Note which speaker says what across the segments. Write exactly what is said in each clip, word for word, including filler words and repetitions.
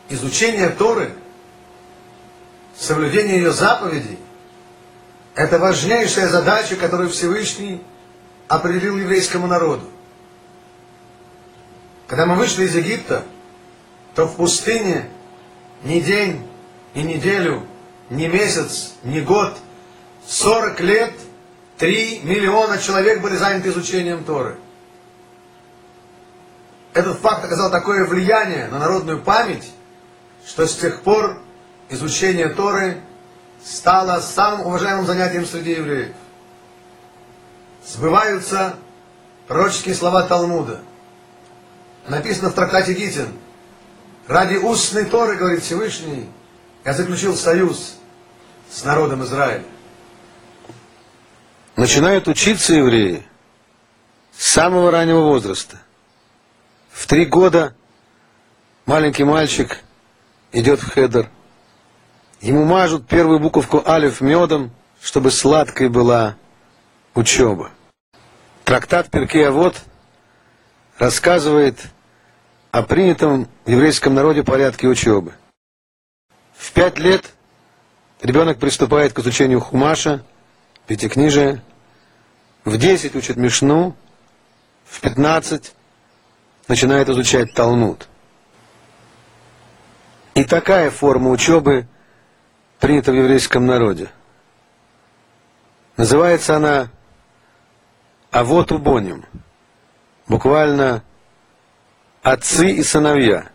Speaker 1: изучение Торы, соблюдение ее заповедей – это важнейшая задача, которую Всевышний определил еврейскому народу. Когда мы вышли из Египта, то в пустыне ни день, ни неделю, ни месяц, ни год, сорок лет, три миллиона человек были заняты изучением Торы. Этот факт оказал такое влияние на народную память, что с тех пор изучение Торы стало самым уважаемым занятием среди евреев. Сбываются пророческие слова Талмуда. Написано в трактате Гитин: ради устной Торы, говорит Всевышний, я заключил союз с народом Израиля.
Speaker 2: Начинают учиться евреи с самого раннего возраста. В три года маленький мальчик идет в хедер. Ему мажут первую буковку алиф медом, чтобы сладкой была учеба. Трактат Перкей Авот рассказывает о принятом в еврейском народе порядке учебы. В пять лет ребенок приступает к изучению хумаша, пятикнижия. В десять учит Мишну, в пятнадцать начинает изучать Талмуд. И такая форма учебы принята в еврейском народе. Называется она Авот Убоним, буквально отцы и сыновья.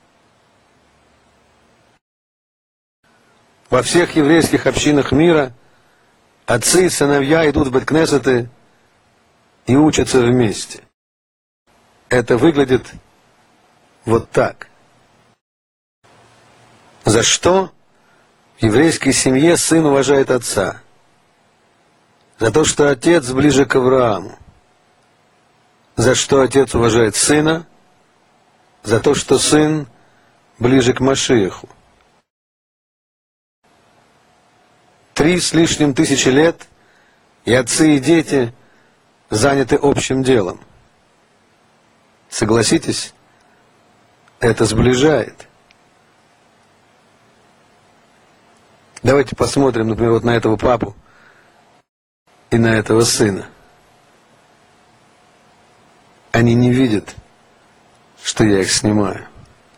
Speaker 2: Во всех еврейских общинах мира отцы и сыновья идут в бет-кнесеты и учатся вместе. Это выглядит вот так. За что в еврейской семье сын уважает отца? За то, что отец ближе к Аврааму. За что отец уважает сына? За то, что сын ближе к Машиаху. Три с лишним тысячи лет, и отцы, и дети заняты общим делом. Согласитесь, это сближает. Давайте посмотрим, например, вот на этого папу и на этого сына. Они не видят, что я их снимаю.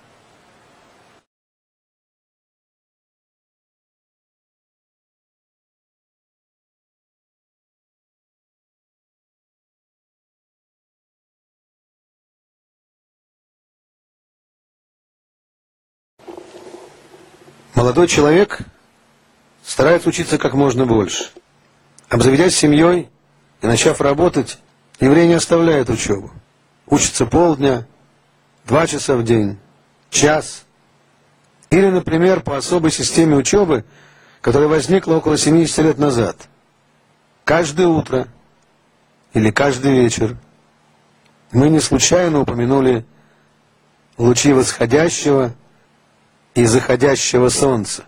Speaker 2: Молодой человек старается учиться как можно больше. Обзаведясь семьей и начав работать, еврей не оставляет учебу. Учится полдня, два часа в день, час. Или, например, по особой системе учебы, которая возникла около семидесяти лет назад. Каждое утро или каждый вечер мы не случайно упомянули лучи восходящего и заходящего солнца.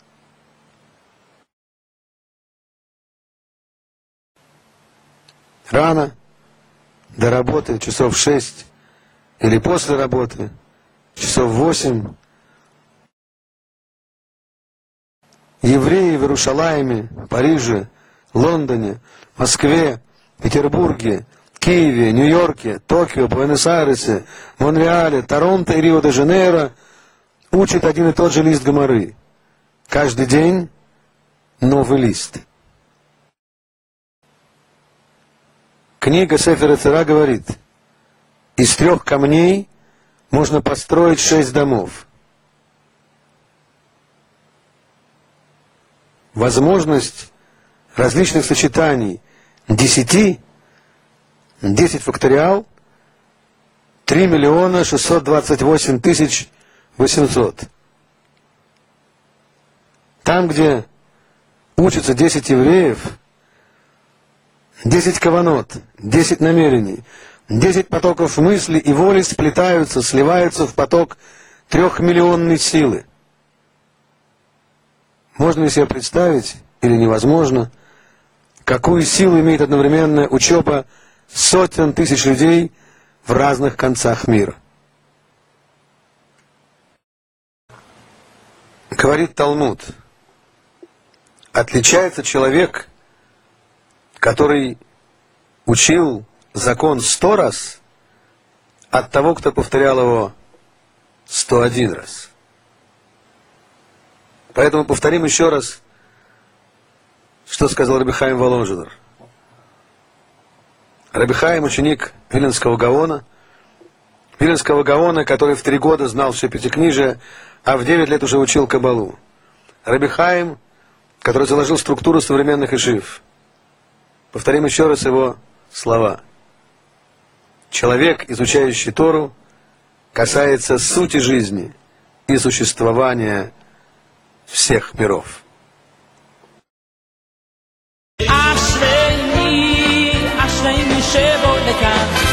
Speaker 2: Рано, до работы часов шесть, или после работы часов восемь, евреи в Иерушалайме, Париже, Лондоне, Москве, Петербурге, Киеве, Нью-Йорке, Токио, Буэнос-Айресе, Монреале, Торонто и Рио-де-Жанейро учат один и тот же лист Гемары. Каждый день новый лист. Книга Сефер Эцера говорит: из трех камней можно построить шесть домов. Возможность различных сочетаний десяти, десять факториал, три миллиона шестьсот двадцать восемь тысяч восемьсот. Там, где учатся десять евреев, десять каванот, десять намерений, десять потоков мысли и воли сплетаются, сливаются в поток трехмиллионной силы. Можно ли себе представить, или невозможно, какую силу имеет одновременная учеба сотен тысяч людей в разных концах мира? Говорит Талмуд, отличается человек, который учил закон сто раз, от того, кто повторял его сто один раз. Поэтому повторим еще раз, что сказал Раби Хаим Воложенер. Раби Хаим, ученик Виленского Гаона, Виленского Гаона, который в три года знал все пятикнижие, а в девять лет уже учил Кабалу. Раби Хаим, который заложил структуру современных ишив. Повторим еще раз его слова. Человек, изучающий Тору, касается сути жизни и существования всех миров.
Speaker 3: אשרי מי, אשרי מי שבוא לכאן